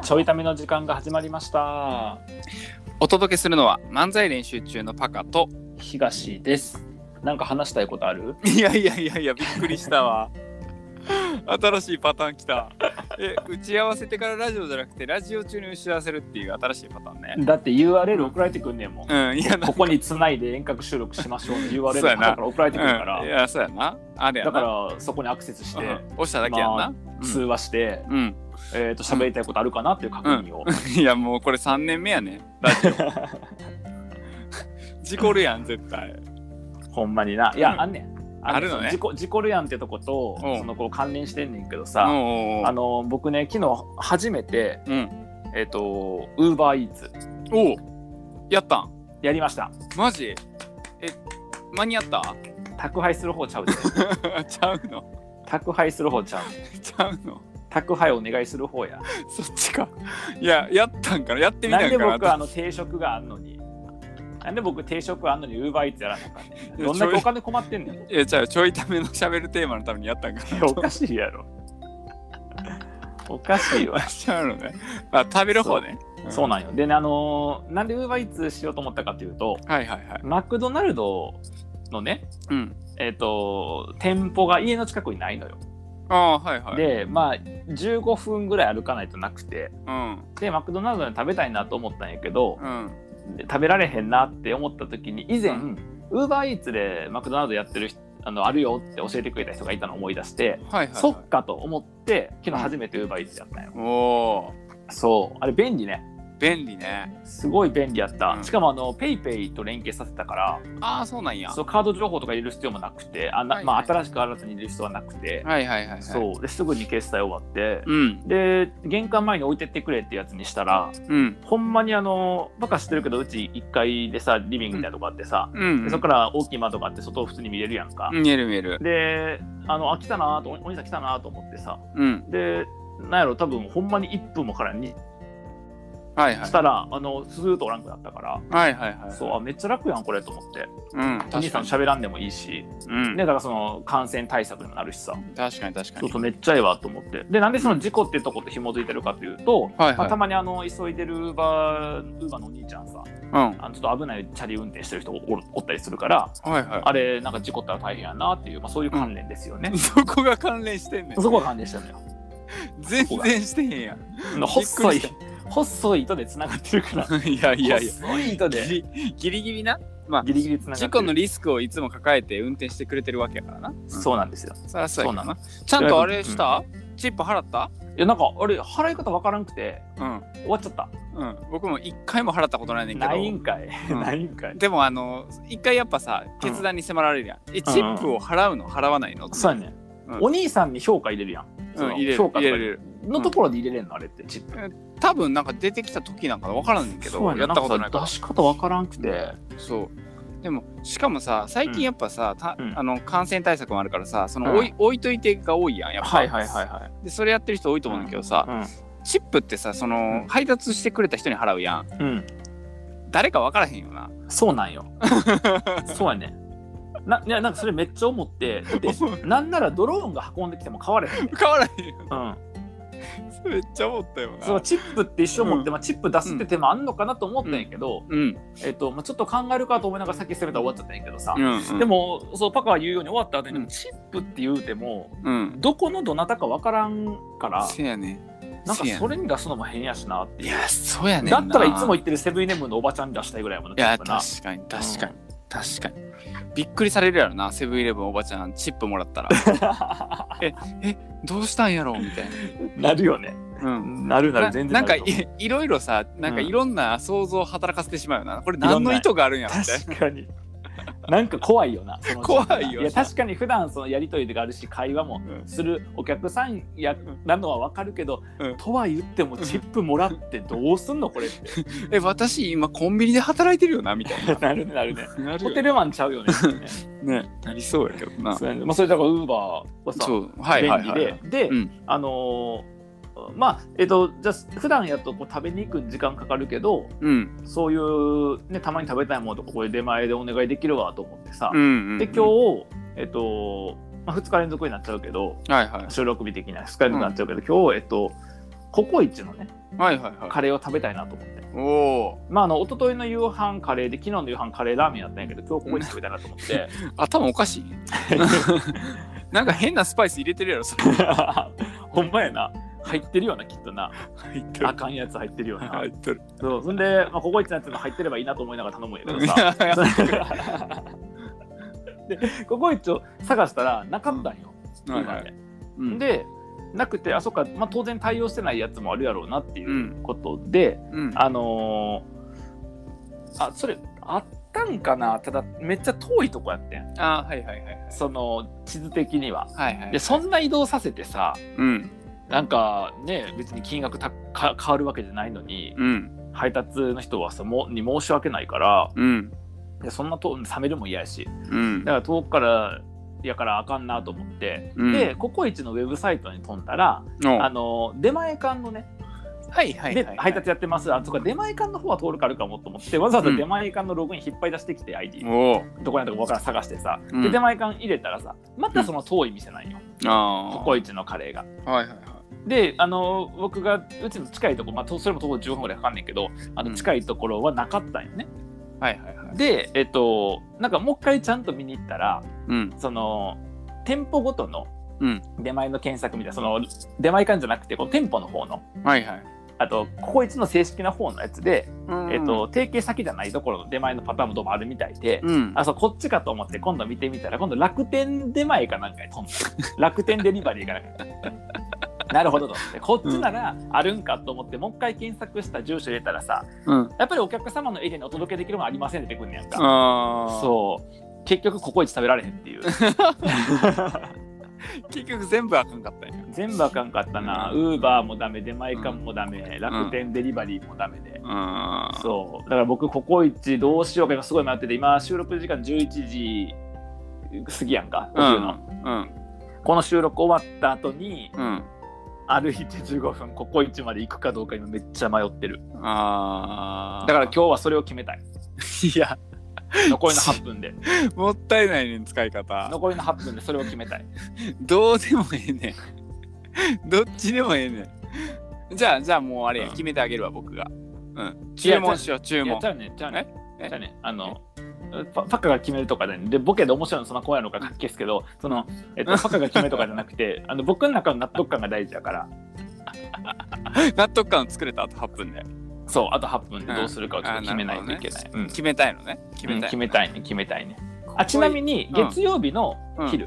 ちょいための時間が始まりました。 お届けするのは漫才練習中のパカと東です。なんか話したいことある？ いやびっくりしたわ新しいパターンきた。打ち合わせてからラジオじゃなくてラジオ中に打ち合わせるっていう新しいパターンね。 だって URL 送られてくんねんもん、ここに繋いで遠隔収録しましょうって URL から送られてくるから、 いやそうやな、あれやな。 だからそこにアクセスして、 押しただけやんな、 通話して、喋りたいことあるかなっていう確認を、 いやもうこれ3年目やねラジオ事故るやん絶対。 ほんまにな。いや、あんねん。 あるのね。 事故るやんってとことそのこう関連してんねんけどさ、僕ね昨日初めてUber Eats やったん？ やりました。 マジ？間に合った？ 宅配する方ちゃうでちゃうの？ 宅配する方ちゃうの？ 宅配お願いする方や。 そっちか。いや、やったんかな、やってみたんかな。 なんで僕定食があんのになんで僕定食あんのに Uber Eats やらなかった。どんだけお金困ってんねん。 いや、じゃあちょいための喋るテーマのためにやったんかな。 おかしいやろおかしいわ。 ちゃうのね。まあ食べる方ね。 そうなんよ。でね、なんで Uber Eats しようと思ったかというと、マクドナルドのね、店舗が家の近くにないのよ。で、まあ15分ぐらい歩かないとなくて、でマクドナルドで食べたいなと思ったんやけど、食べられへんなって思った時に以前、Uber Eats でマクドナルドやってるあるよって教えてくれた人がいたのを思い出して、そっかと思って昨日初めて Uber Eats やったんよ。そうあれ便利ね。 便利ね。 すごい便利やった。しかもPayPay と連携させたから、 そうなんや。 そうカード情報とか入れる必要もなくて、新しく新たに入れる必要はなくて、そうですぐに決済終わって、で玄関前に置いてってくれってやつにしたら、ほんまにバカ知ってるけどうち1階でさリビングみたいなとこあってさ、でそこから大きい窓があって外を普通に見れるやんか。 見える。 で来たなと、お兄さん来たなと思ってさ、でなんやろ多分ほんまに1分もからにしたらスーッとおらんくなったから、そうめっちゃ楽やんこれと思って、お兄さん喋らんでもいいし、だからその感染対策にもなるしさ、 確かにそうめっちゃええわと思って。でなんでその事故っていうとこと紐づいてるかというと、たまに急いでるUberのお兄ちゃんさ、ちょっと危ないチャリ運転してる人おったりするから、あれなんか事故ったら大変やなっていう、そういう関連ですよね。 そこが関連してんねん。 そこが関連してんのよ。 全然してへんやん。 細い糸でつながってるから。 いや細い糸でギリギリな、 ギリギリつながってる。 事故のリスクをいつも抱えて運転してくれてるわけやからな。 そうなんですよ。 そうなの。ちゃんとあれした？チップ払った？ いやなんかあれ払い方わからんくて、終わっちゃった。 僕も1回も払ったことないねんけど。 ないんかい。 でも1回やっぱさ決断に迫られるやん。チップを払うの払わないの？ そうやね。お兄さんに評価入れるやん。評価入れるのところで入れれんのあれってチップ。 多分なんか出てきた時なんか分からんねんけど、やったことないから出し方分からんくて。 でもしかもさ最近やっぱさ、感染対策もあるからさ、その置いといてが多いやんやっぱ。でそれやってる人多いと思うんだけどさ、チップってさその配達してくれた人に払うやん。誰か分からへんよな。 そうなんよ。そうやね。なんかそれめっちゃ思って、なんならドローンが運んできても買われへん。 買われへんよ。めっちゃ思ったよな。 そうチップって一生持って、チップ出すって手もあんのかなと思ったんやけど、ちょっと考えるかと思いながら先攻めたら終わっちゃったんやけどさ、でもそうパカが言うように終わった後に、チップって言うても、どこのどなたかわからんから、なんかそれに出すのも変やしなっていう。 いやそうやねんな。だったらいつも言ってるセブンイレブンのおばちゃんに出したいぐらいもん。 いや確かにびっくりされるやろな、セブンイレブンおばちゃんチップもらったらどうしたんやろみたいな。なるよね。なる全然なんかいろいろさ、なんかいろんな想像を働かせてしまうよな。これ何の意図があるんやみたいな。 確かになんか怖いよな。 怖いよ。 いや確かに普段そのやり取りがあるし会話もするお客さんやなのはわかるけど、とは言ってもチップもらってどうすんのこれって。 私今コンビニで働いてるよなみたいな。 なるね。ホテルマンちゃうよね。 ね、なりそうやけどな。 それだからウーバーはさ便利で、じゃあ普段やとこう食べに行く時間かかるけど、そういうねたまに食べたいものとかこれ出前でお願いできるわと思ってさ、で今日2日連続になっちゃうけど、収録日的には2日連続になっちゃうけど、今日ココイチのね、 はいはいはい、 カレーを食べたいなと思って。 お一昨日の夕飯カレーで、昨日の夕飯カレーラーメンやったんやけど、今日ココイチ食べたいなと思って頭おかしいなんか変なスパイス入れてるやろそれほんまやな、入ってるような、きっとな。入ってる。あかんやつ入ってるような。 入ってる。 そう。そんで、ココイチのやつも入ってればいいなと思いながら頼むんやけどさ。で、ココイチを探したらなかったんよ。で、なくて、そっか、当然対応してないやつもあるやろうなっていうことで、それ、あったんかな。ただ、めっちゃ遠いとこやってん。その、地図的には。で、そんな移動させてさ、なんかね、別に金額変わるわけじゃないのに、配達の人はに申し訳ないから、でそんな冷めるも嫌やし、だから遠くからやからあかんなと思って、でココイチのウェブサイトに飛んだら、出前館のね、で配達やってます。そこ出前館の方は通るかあるかもと思って、わざわざ出前館のログイン引っ張り出してきて ID、どこにあるか分からん探してさ、で出前館入れたらさ、またその遠い店なんよ、ココイチのカレーが。で、僕がうちの近いところ、それも徒歩15分ぐらいかかんねんけど、近いところはなかったんよね。で、なんかもう一回ちゃんと見に行ったら、その店舗ごとの出前の検索みたいな、その出前館じゃなくてこの店舗の方の、あとココイチの正式な方のやつで、提携先じゃないところの出前のパターンもどうもあるみたいで、こっちかと思って今度見てみたら、今度楽天出前かなんかに飛んだ楽天デリバリーかなんかなるほどと思って、こっちならあるんかと思って、もう一回検索した住所入れたらさ、やっぱりお客様のエリアにお届けできるものありませんって出てくんねやんか。そう結局ココイチ食べられへんっていう結局全部あかんかったんや。 全部あかんかったな。ウーバーもダメ、出前館もダメ、楽天デリバリーもダメで、そうだから僕ココイチどうしようかすごい迷ってて、今収録時間11時過ぎやんか、お昼の、この収録終わった後に、歩いて15分ココイチまで行くかどうか今めっちゃ迷ってる。だから今日はそれを決めたい。 いや残りの8分でもったいないねん、使い方。 残りの8分でそれを決めたい。 どうでもええねんどっちでもええねん。じゃあもうあれや、決めてあげるわ僕が。注文しよう、注文。 じゃあねパカが決めるとかでボケで面白いのそんな怖いのか書き消すけど、パカが決めるとかじゃなくて僕の中の納得感が大事だから納得感を作れたあと8分で。 そう、あと8分でどうするかをちょっと決めないといけない。 決めたいのね。 決めたいね。ちなみに月曜日の昼、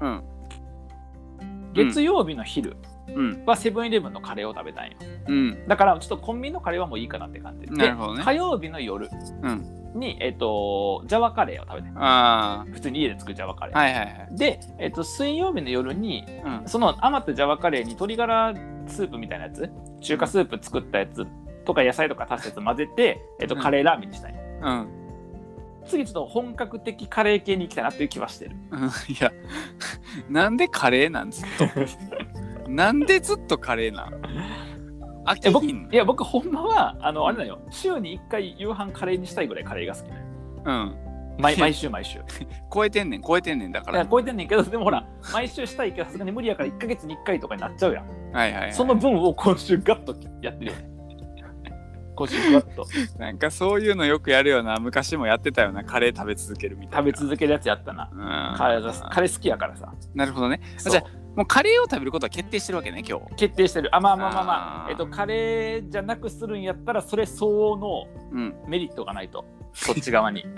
月曜日の昼はセブンイレブンのカレーを食べたいよ。だからちょっとコンビニのカレーはもういいかなって感じで、火曜日の夜にジャワカレーを食べて、普通に家で作るジャワカレー、で、水曜日の夜に、その余ったジャワカレーに鶏ガラスープみたいなやつ、中華スープ作ったやつとか野菜とか足したやつ混ぜて、カレーラーメンにしたい、次ちょっと本格的カレー系に行きたいなっていう気はしてる。 いやなんでカレーなんずっとなんでずっとカレーなん僕ほんまはあれだよ、週に1回夕飯カレーにしたいぐらいカレーが好きだよ。毎週超えてんねんだから。 超えてんねんけど、でもほら毎週したいけどさすがに無理やから1ヶ月に1回とかになっちゃうやん。その分を今週ガッとやってるよね。今週ガッとなんかそういうのよくやるよな。昔もやってたよな、カレー食べ続けるみたいな。 食べ続けるやつやったな。カレー好きやからさ。 なるほどね。じゃあもうカレーを食べることは決定してるわけね、今日。 決定してる。カレーじゃなくするんやったらそれ相応のメリットがないと、そっち側に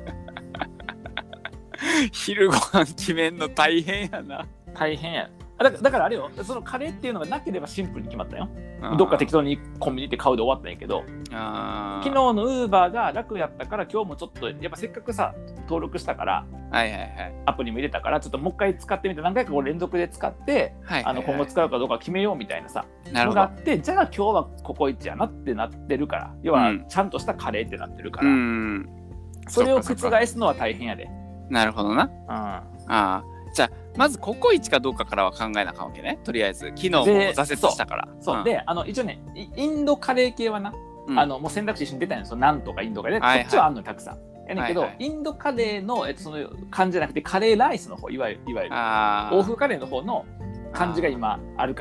昼ご飯決めんの大変やな。 大変や。だからあれよ、そのカレーっていうのがなければシンプルに決まったよ。どっか適当にコンビニで買うで終わったんやけど、昨日のウーバーが楽やったから今日もちょっとやっぱせっかくさ登録したから、アプリも入れたからちょっともう一回使ってみて、何回かこう連続で使って、今後使うかどうか決めようみたいなさのがあって、じゃあ今日はココイチやなってなってるから、要はちゃんとしたカレーってなってるから、それを覆すのは大変やで。 なるほどな。じゃあまずココイチかどうかからは考えなあかんわけね。とりあえず昨日も挫折したから。 そうで、一応ねインドカレー系はな、もう選択肢一緒に出たんですよ。なんとかインドカレー、こっちはあんのたくさんやねんけど、インドカレーのその感じじゃなくてカレーライスの方、いわゆる欧風カレーの方の感じが今あるから、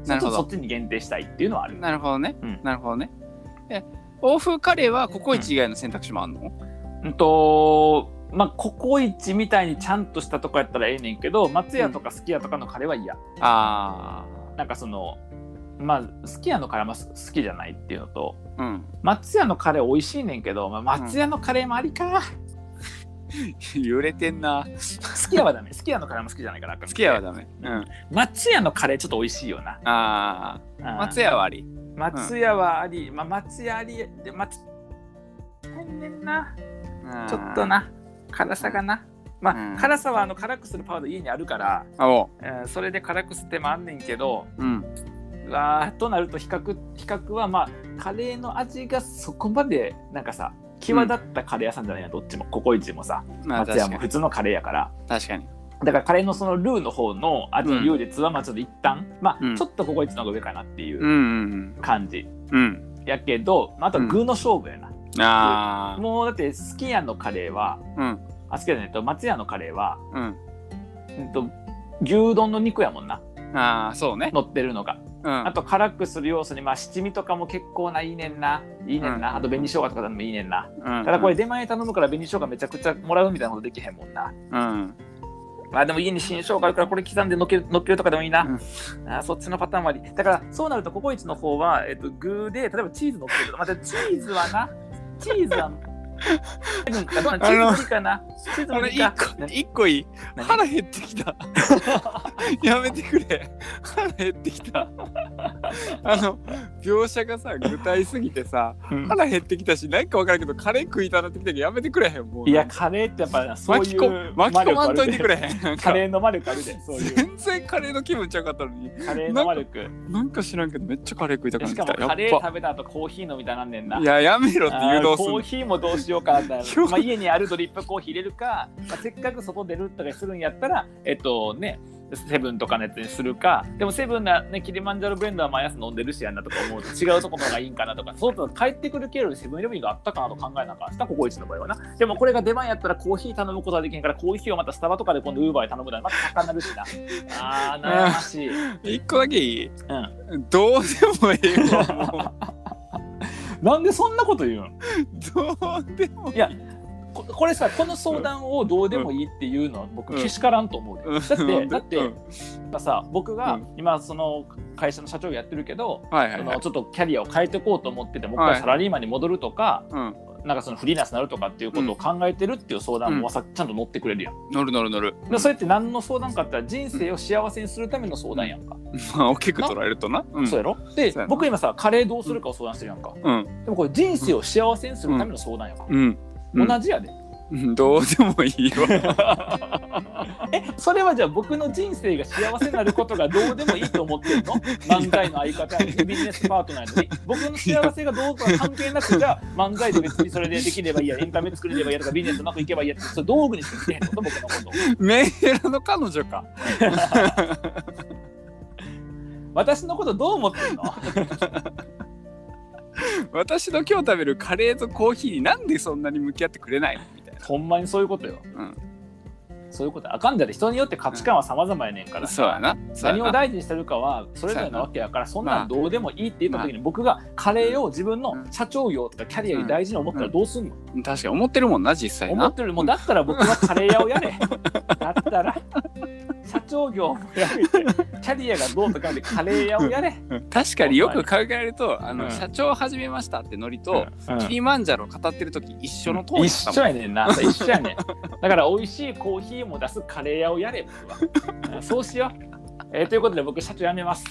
なるほど、そっちに限定したいっていうのはある。 なるほどね、なるほどね。欧風カレーはココイチ以外の選択肢もあるの？ まあココイチみたいにちゃんとしたとこやったらええねんけど、松屋とかすき家とかのカレーは嫌。なんかそのまあすき家のカレーは好きじゃないっていうのと、松屋のカレー美味しいねんけど、松屋のカレーもありか。 揺れてんな。 すき家はダメ。すき家のカレーも好きじゃないから。 すき家はダメ。 松屋のカレーちょっと美味しいよな。 松屋はあり。 松屋はあり。松屋ありで変ねんな。ちょっとな。辛さがな。辛さは辛くするパウダー家にあるから、それで辛くすってもあんねんけど、となると比較はカレーの味がそこまでなんかさ際立ったカレー屋さんじゃないな、どっちも。ココイチもさ、松屋も普通のカレーやから。 確かに。 だからカレーのそのルーの方の味の優劣はちょっと一旦ちょっとココイチの方が上かなっていう感じやけど、あとは具の勝負やな。もうだってすき家のカレーはすき家じゃないと松屋のカレーは牛丼の肉やもんな。 そうね。 乗ってるのが。あと辛くする要素に七味とかも結構いいねんな。あと紅生姜とかでもいいねんな。ただこれ出前頼むから紅生姜めちゃくちゃもらうみたいなことできへんもんな。でも家に新生姜あるからこれ刻んでのっけるとかでもいいな。そっちのパターンもあり。だからそうなるとココイチの方は具で例えばチーズのっけるとか。チーズはチーズはチーズかな。 一個いい？腹減ってきた。やめてくれ。腹減ってきた。描写がさ具体すぎてさ、腹減ってきたし、なんか分からんけどカレー食いたなってきたけどやめてくれへん。もういやカレーってやっぱそういう巻き込まんといてくれへん。 カレーの魔力あるで。そういう全然カレーの気分ちゃうかったのに。 カレーの魔力なんか知らんけどめっちゃカレー食いたくなってきた。 しかもカレー食べた後コーヒー飲みたなんねんな。 いややめろって誘導する。 コーヒーもどうしようかな。家にあるドリップコーヒー入れるか、せっかく外出るとかするんやったらセブンとかのやつにするか。でもセブンなキリマンジャロブレンドは毎朝飲んでるしやんなとか思うと違うところがいいんかなとか、そうすると帰ってくる経路でセブンイレブンがあったかなと考えながらココイチの場合はな。でもこれが出番やったらコーヒー頼むことはできへんから、コーヒーをまたスタバとかで今度ウーバーで頼むのにまた高なるしな。悩ましい。 一個だけいい？どうでもいいわ。 なんでそんなこと言うん？ どうでもいい。 いやこれさ、この相談をどうでもいいっていうのは僕けしからんと思うで。だってさ、僕が今その会社の社長やってるけど、ちょっとキャリアを変えていこうと思ってて、もう一回サラリーマンに戻るとか、なんかそのフリーランスになるとかっていうことを考えてるっていう相談もちゃんと乗ってくれるやん。 乗る。 それって何の相談かって言ったら人生を幸せにするための相談やんか。 大きく捉えるとな。 そうやろ。で僕今さカレーどうするかを相談してるやんか。でもこれ人生を幸せにするための相談やから。同じやで。 どうでもいいわ。 それはじゃあ僕の人生が幸せになることがどうでもいいと思ってんの？漫才の相方やビジネスパートナーやのに僕の幸せがどうか関係なく、じゃあ漫才で別にそれでできればいいや、エンタメ作れればいいやとかビジネスうまくいけばいいやって、それ道具にしてへんのと僕のこと。 メンヘラの彼女か。 私のことどう思ってんの？ 私の今日食べるカレーとコーヒーになんでそんなに向き合ってくれないのみたいな。 ほんまにそういうことよ。そういうことあかんじゃで、人によって価値観は様々やねんからさ、そうやな。 何を大事にしてるかはそれぞれなわけやから、そんなんどうでもいいって言った時に僕がカレーを自分の社長業とかキャリアに大事に思ったらどうすんの？ 確かに思ってるもんな、実際な。 思ってる。もうだったら僕はカレー屋をやれ。だったら社長業もやめてキャリアがどうとかでカレー屋をやれ。 確かによく考えると社長始めましたってノリとキリマンジャロ語ってる時一緒の通り。 一緒やねんな。一緒やねん。だから美味しいコーヒーも出すカレー屋をやれ僕は。そうしよう。ということで僕社長辞めます。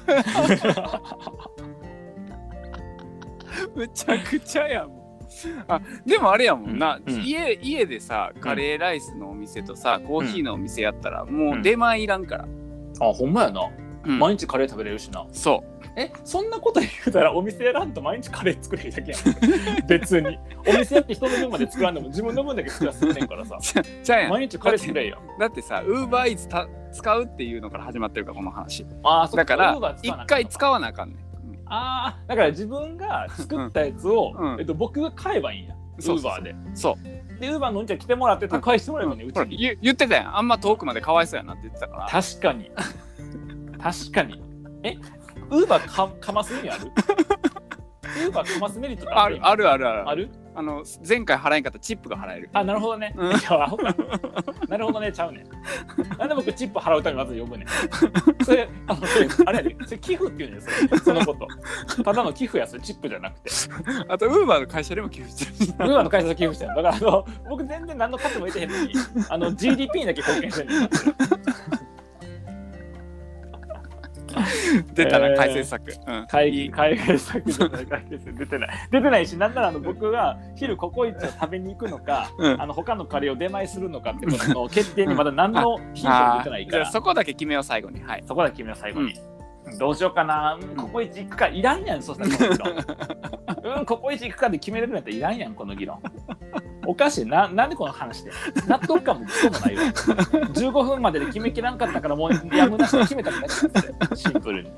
むちゃくちゃやもん。でもあれやもんな、家でさカレーライスのお店とさ、コーヒーのお店やったらもう出前いらんから。 ほんまやな。毎日カレー食べれるしな。 そう。 そんなこと言うたらお店やらんと毎日カレー作れるだけやん。別にお店やって人の分まで作らんでも自分の分だけ作らせてんからさ。 じゃあやん、 毎日カレー作れよ。 だってさ、ウーバーイーツ使うっていうのから始まってるからこの話。 だから一回使わなあかんねん。 だから自分が作ったやつを、僕が買えばいいんや。ウーバーで。 そう。 でウーバーのおんちゃん来てもらって返してもらえばね、うちに。 言ってたやん。あんま遠くまでかわいそうやなって言ってたから。 確かに。確かに。 ウーバーかます意味ある？ウーバーかますメリットってある？ある前回払えんかったチップが払える。 あ、なるほどね。なるほどね、ちゃうね。なんで僕チップ払うためにまず呼ぶねん。それあれやで、それ寄付って言うんですよ。そのこと。ただの寄付や、それチップじゃなくて。 あとウーバーの会社でも寄付してる。 ウーバーの会社で寄付してる。だから僕全然何の価値も得てへんのに、GDP にだけ貢献してるんです。 出たな、解決策。 解決策じゃない、解決策出てないし、なんなら僕が昼ココイチを食べに行くのか、他のカレーを出前するのかってことの決定にまだ何のヒントも出てないから。 そこだけ決めよう、最後に。はい。 そこだけ決めよう、最後に。どうしようかな、ココイチ行くか、いらんやん、そしたらこの議論。ココイチ行くかで決めれるんやったらいらんやん、この議論。おかしいな、なんでこの話で納得感もクソもないわ。15分までで決めきらんかったからもうやむなしで決めたみたいな、シンプルに。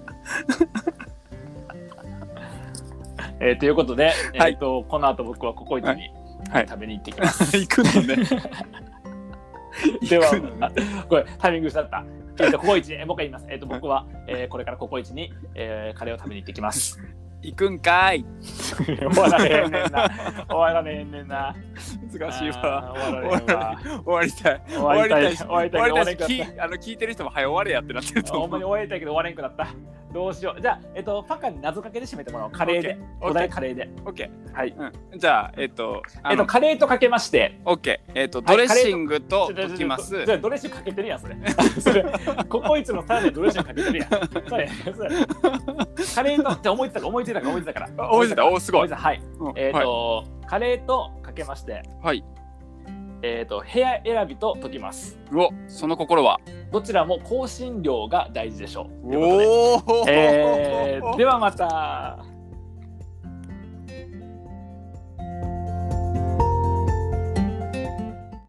ということで、この後僕はココイチに食べに行ってきます。 行くのね。 では、これタイミングしちゃった。ココイチに、もう一回言います。僕は、これからココイチに、カレーを食べに行ってきます。 行くんかい。 終わられへんねんな。終わられへんねんな。 難しいわ。終わりたい。終わりたい。聞いてる人も早終われやってなってると思う。 ほんまに終わりたいけど終われんくなった。どうしよう。じゃあ、パカに謎かけで締めてもらおう。カレーで。お題カレーで。 オッケー。 はい。 じゃあ、 カレーとかけまして。 オッケー。ドレッシングと解きます。 じゃあ、ドレッシングかけてるやん、それ。ココイチのターンでドレッシングかけてるやん。カレーとって思いついたから。 思いついた。お、すごい。 はい。カレーとかけまして。 はい。 部屋選びと解きます。 お、その心はどちらも香辛料が大事でしょう。 おお。 ではまた。